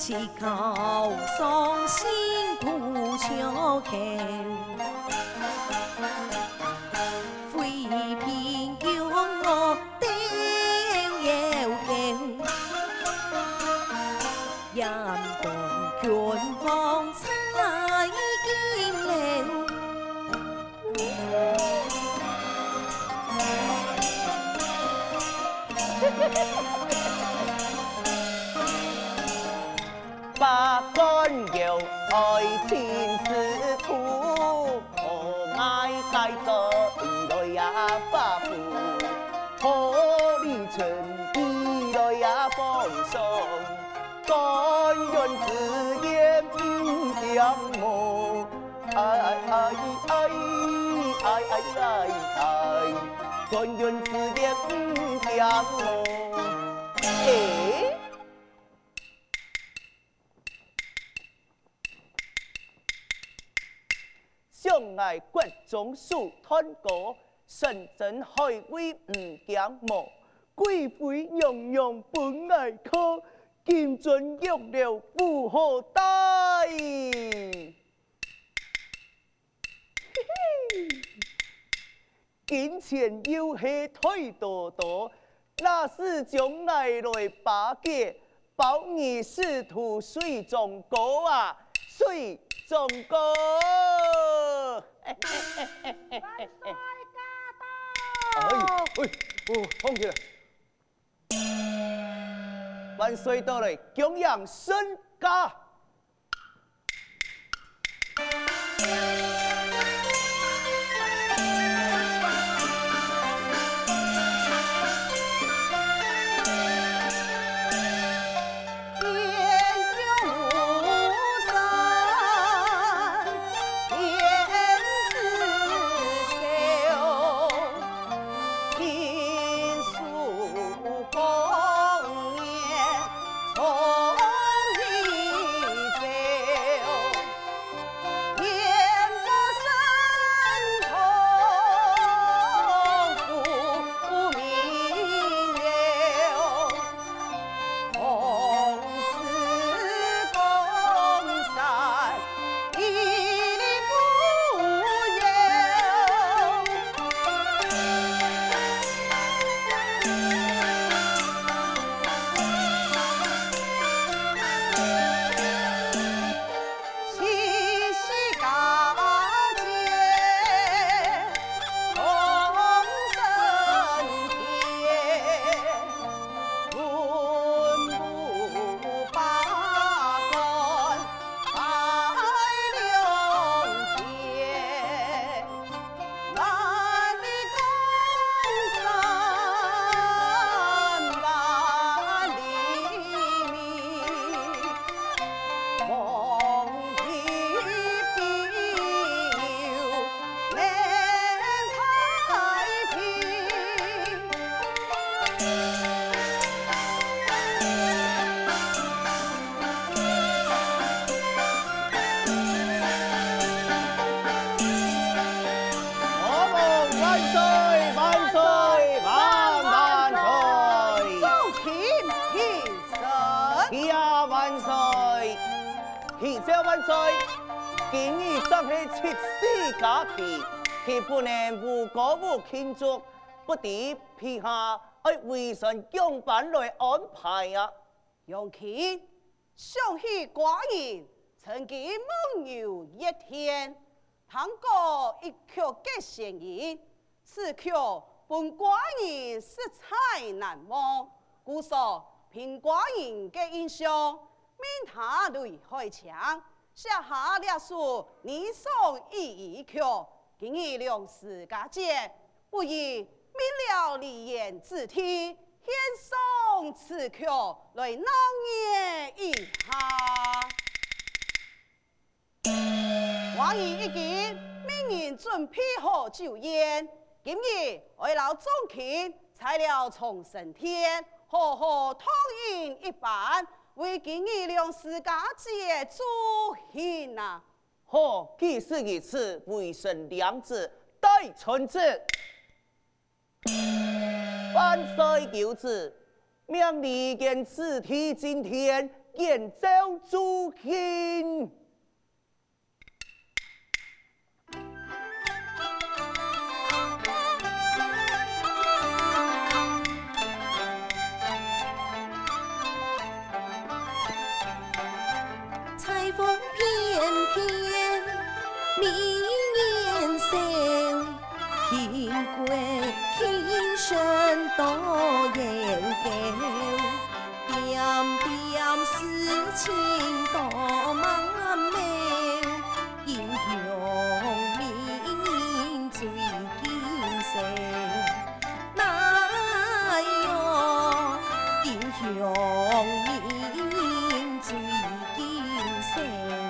乞求伤心不求求，非贫穷我丢要求，严断权方才见了。 把干药爱情师徒，何爱该个来呀把夫，何里趁意来呀放松，甘愿自言不讲我，哎，甘愿自言不讲我，哎。相爱国中树团歌，神真海威唔讲无，贵妃样样本爱可，金樽玉料不好带。金钱又是太多多，那是将爱来巴结，保你仕途水中高啊，水中高。 万岁驾哎， 到！ 放起来！万岁到来，供养身家。今日正是七夕假期，岂不能无歌舞庆祝？不敌陛下爱为神用板来安排啊！ 杨琪，想起寡人曾经梦游一天，谈过一曲嘅弦音，此曲本寡人色彩难忘，故说凭寡人嘅印象，命他对开枪。下下列书，你送一曲，今日两世家节，不宜明了离言之体，献送此曲来闹演一下。王爷已经命人准备好酒宴，今日为老宗亲材料从升天，好好通饮一番。为今日两世家节助兴啊！ 好，既是如此，为神良子待存之。万岁九子，命离间此体今天见州诸卿。 彩凤翩翩，明艳秀，天贵天生多颜狗，点点诗情多满眉，英雄名最锦绣，哪有英雄名最锦绣？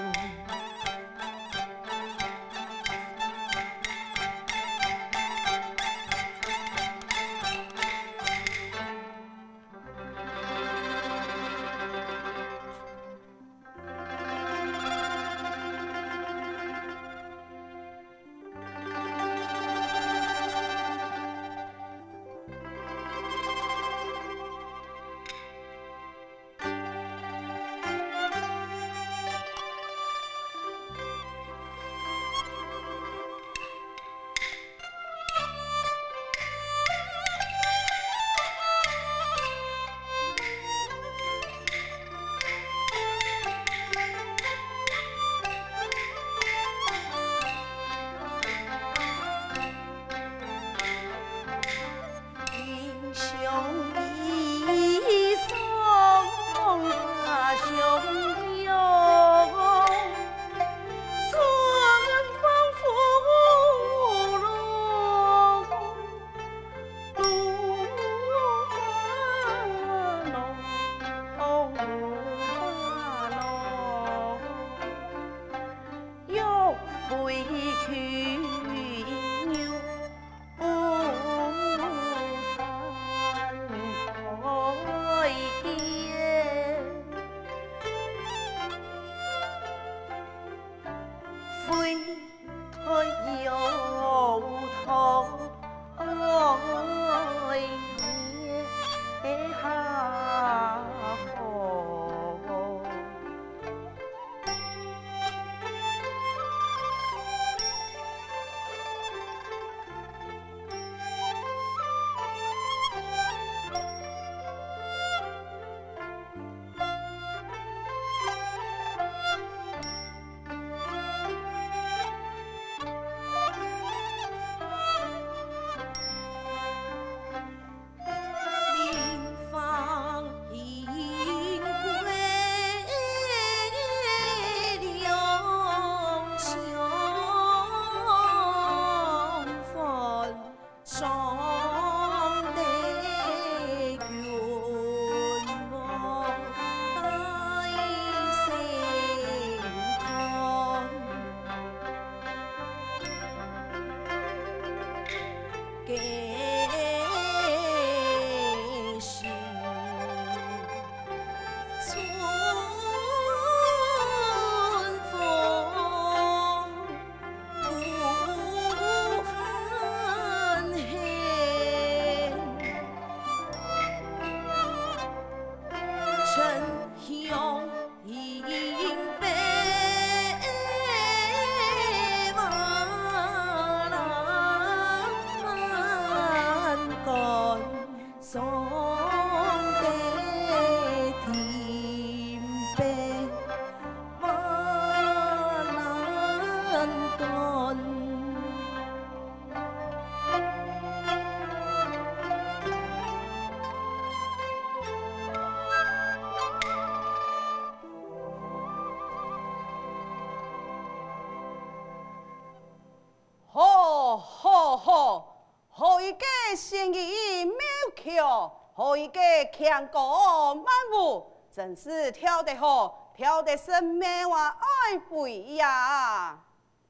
先意妙巧，何以个强歌曼舞，真是跳得好，跳得生命话爱肥呀！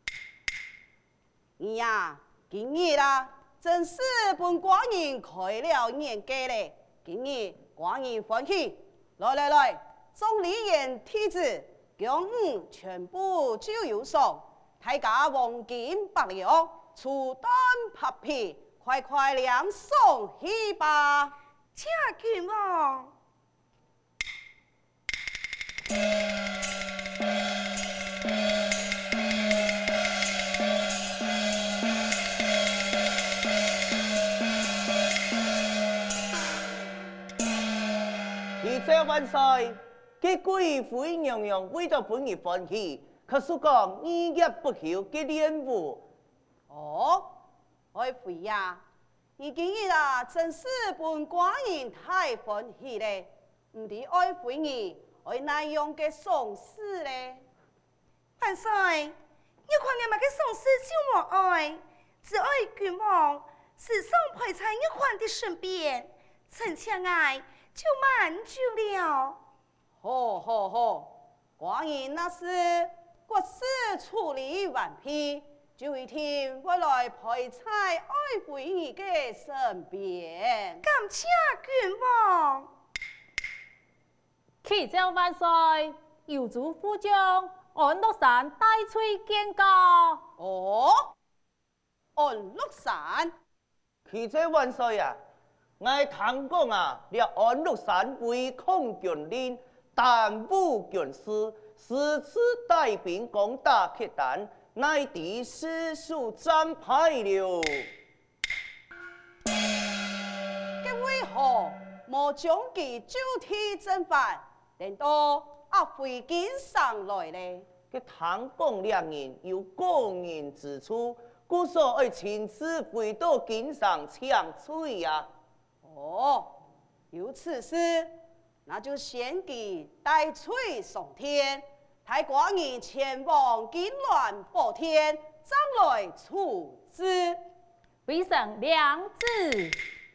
呀，今日啦，真是本官人开了眼界嘞！今日官人欢喜，来，众李严梯子，将全部就有送，大家黄金百两，出单拍皮。快两送去吧！ 请君王。 万岁！佢贵妃娘娘为咗本儿欢喜，可是讲依业不求嘅恋物。 哦，爱妃呀，你今日啊，真是本寡人太欢喜咧。唔知爱妃你爱哪样嘅丧事咧？ 万岁，要看你们嘅丧事就莫爱，只爱君王时常陪在玉皇的身边，臣妾爱就满足了。 好，寡人那是国事处理完毕，就一天会来陪在爱妃你嘅身边。 感谢君王。 启奏万岁，有主副将安禄山带翠见驾。 哦，安禄山。 启奏万岁啊！我听讲啊，了安禄山违抗军令，耽误军事，私自带兵攻打契丹，乃敌士数战败了。 咁为何无将其就地正法，等到阿飞经上来呢？ 佢听讲两人有过人之处，故所爱亲自回到京上抢翠呀。 哦，有此事，那就先给带翠送天，太寡人前往金銮宝天，再来处置。 微臣良知。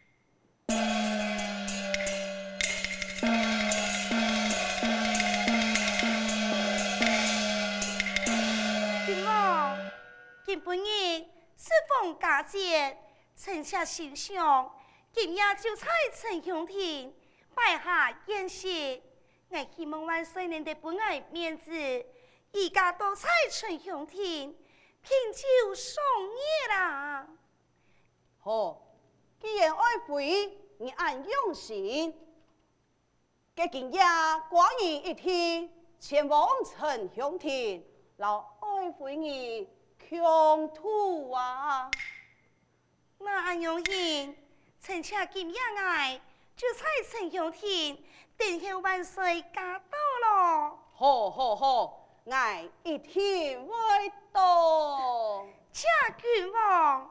君王，今本日适逢佳节，臣妾心想，今夜就在陈香亭摆下宴席。我希望万岁能得本爱面子，一家都在陈香亭品酒赏月啦。 好，既然爱妃你按用心，嘅今夜寡人一天前往陈香亭，老爱妃你强土啊！ 那安用心，臣妾今夜爱就在陈香亭等候万岁驾到咯。 好，我一天会到。 谢君王。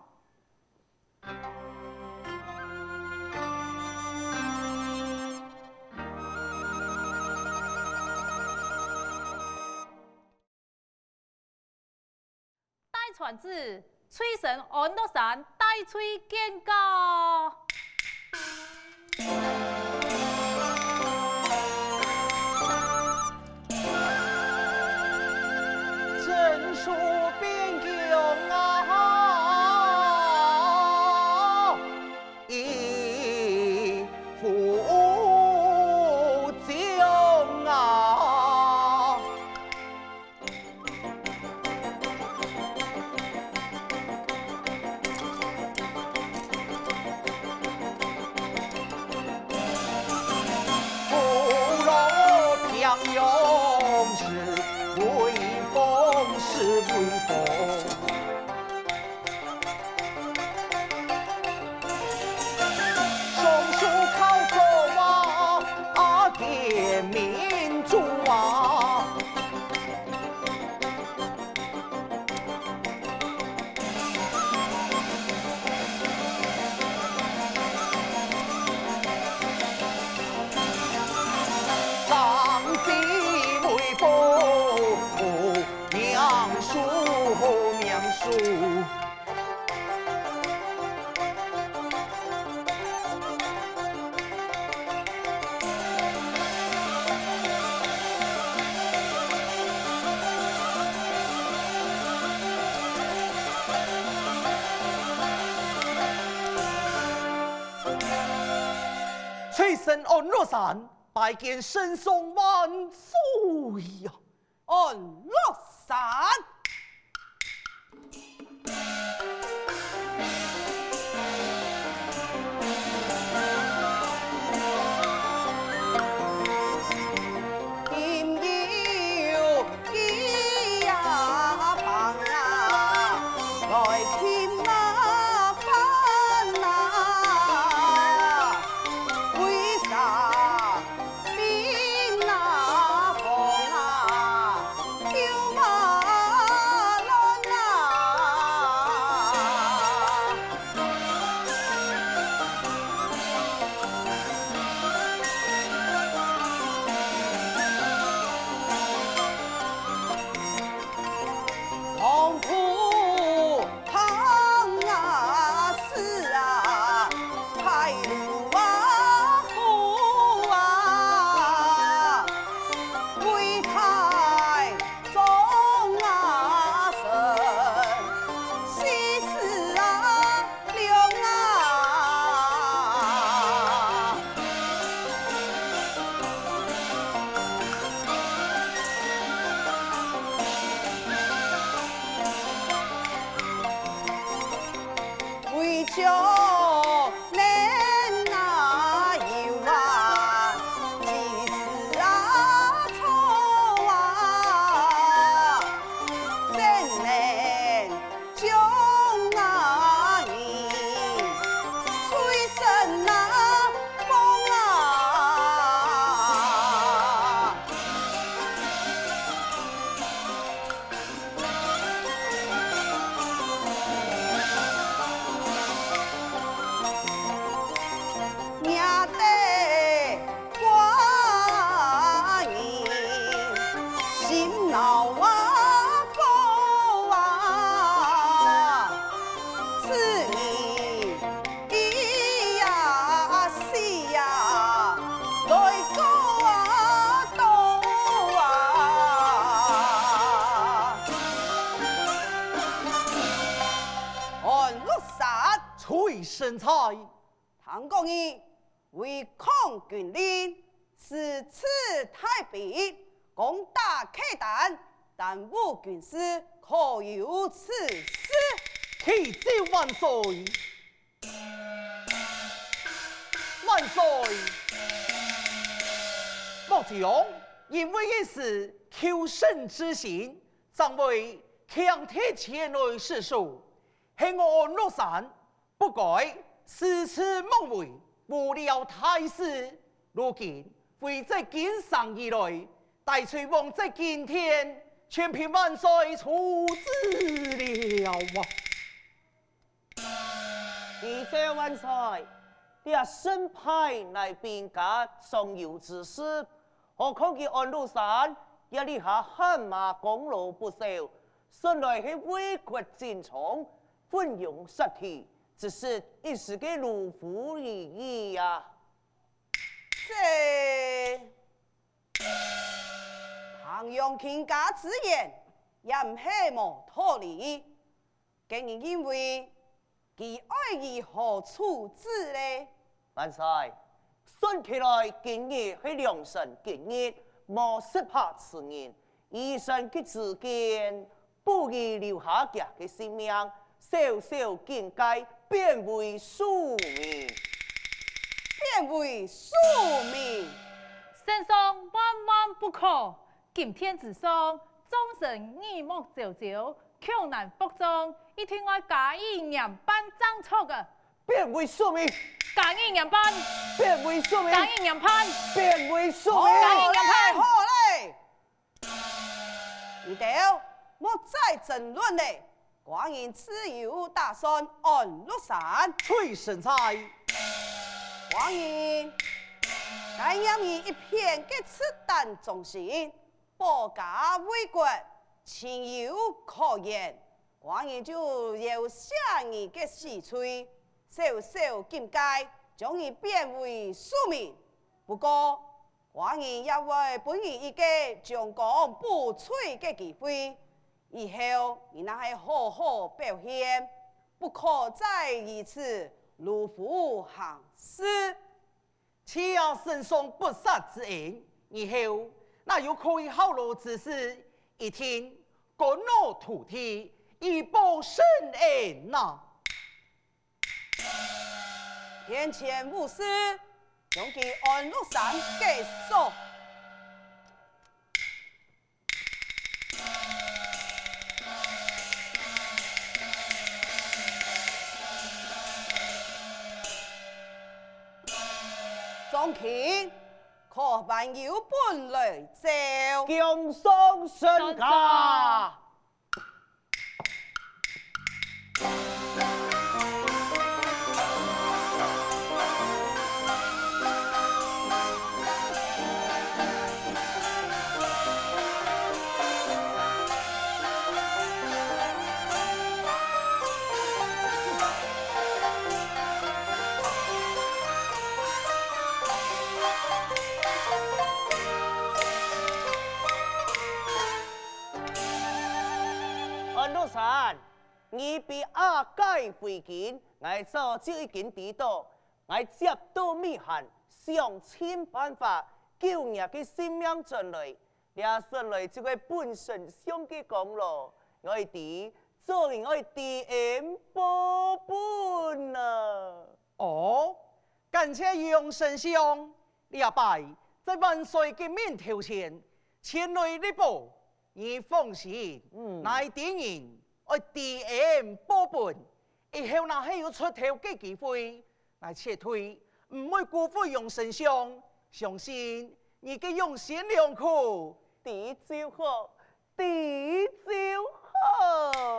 带传旨，崔神安禄山带翠见驾。 真说边疆啊，一副将啊，不若平庸是威风。是威风，双手靠走啊，给民主啊！上帝威风。命数，崔神安禄山拜见圣上万岁呀！ 安禄山。 老啊哥啊，此你咿呀西呀，来哥啊多啊，安禄山崔神才， 唐公义为抗军令，使此太平，攻打契丹，但武军师可有此事？ 启奏万岁！万岁！末将因为一时求胜之心，暂为强铁前来示数，幸我安禄山不该私此妄为，误了太师。如今为这经上以来，大隋王在今天，全凭万岁处置了啊！ 启奏万岁，你啊身派来兵家上游之事，何况其安禄山也立下汗马功劳不少，算来是为国尽忠，奋勇杀敌，只是一时嘅如虎而已呀。 这唐用卿家之言，也唔系无道理。竟然因为其爱以何处置呢？ 万岁，算起来今日是良辰吉日，无失魄之人，医生嘅自见，不宜留下家嘅性命，小小见解，变为庶民。 变为庶民。 圣上万万不可！今天之上，众神耳目睽睽，强难服众，一定要加以严办张错的。 变为庶民， 加以严办， 变为庶民， 加以严判， 变为庶民。 加以严判。 好嘞，你哋莫再争论嘞。寡人自有打算安禄山。 崔神才， 寡人该让你一片嘅赤胆忠心，保家卫国，情有可原。寡人就要下你嘅死罪，小小境界，将你变为庶民。不过，寡人也会本人一个将功补脆嘅机会，以后你那系好好表现，不可再以此如虎行事。 岂要圣上不杀之恩，以后那又可以好罗之事，一听甘露土地，以报圣恩呐！ 天前无事，用其安禄山给手。宗卿，可办有本来奏。 敬上神家。安禄山，你比阿盖回京，我早就已经知道，我接到密函，想尽办法救人嘅性命转来，也顺来就会本身上嘅功劳，我哋做人我DM保本啊！ 哦，感谢杨丞相，你阿爸在万岁嘅面头前前来立保，你放心，乃敌人爱 DM 保本，以后那还有出头嘅机会，来撤退，唔会辜负杨丞相，相信你嘅用心良苦， 地就好，地就好。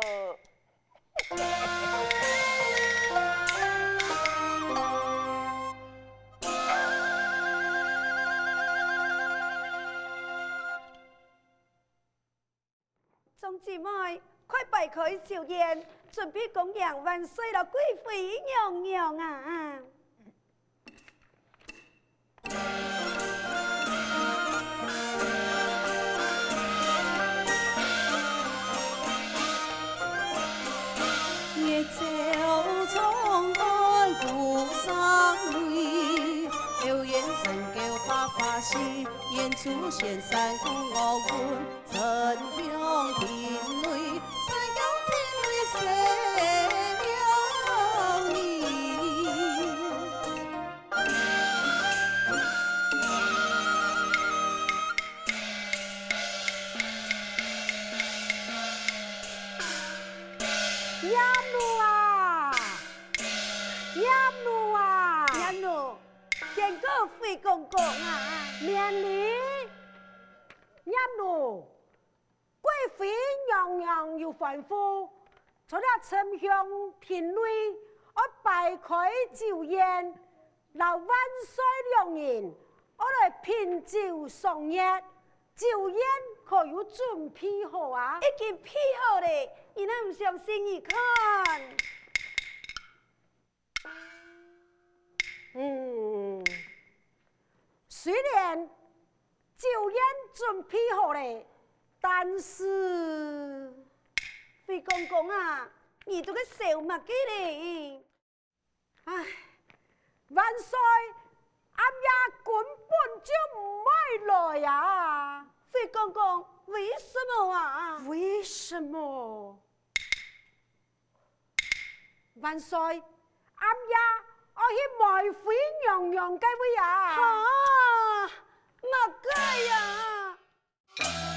兄姊妹，快摆开寿宴，准备供养万岁了贵妃娘娘啊！ 夜酒冲干故乡味，流言真叫花花喜，演出仙山古乐馆，陈香亭内，陈香亭内谁了你？ 娘奴啊，娘奴啊，娘奴，见过费公公啊！免礼，娘奴，贵妃娘娘有吩咐，除了沉香亭内，我摆开酒宴，老万岁两人，我来品酒赏月。酒宴可有准备好啊？已经备好嘞，你那唔相信一看。虽然酒宴准备好嘞，但是费公公啊，你这个小物鸡嘞，唉，万岁！俺呀根本就唔爱来呀！费公公，为什么啊？为什么？万岁，俺呀我去卖妃娘娘嘅位啊！哈，乜嘅呀？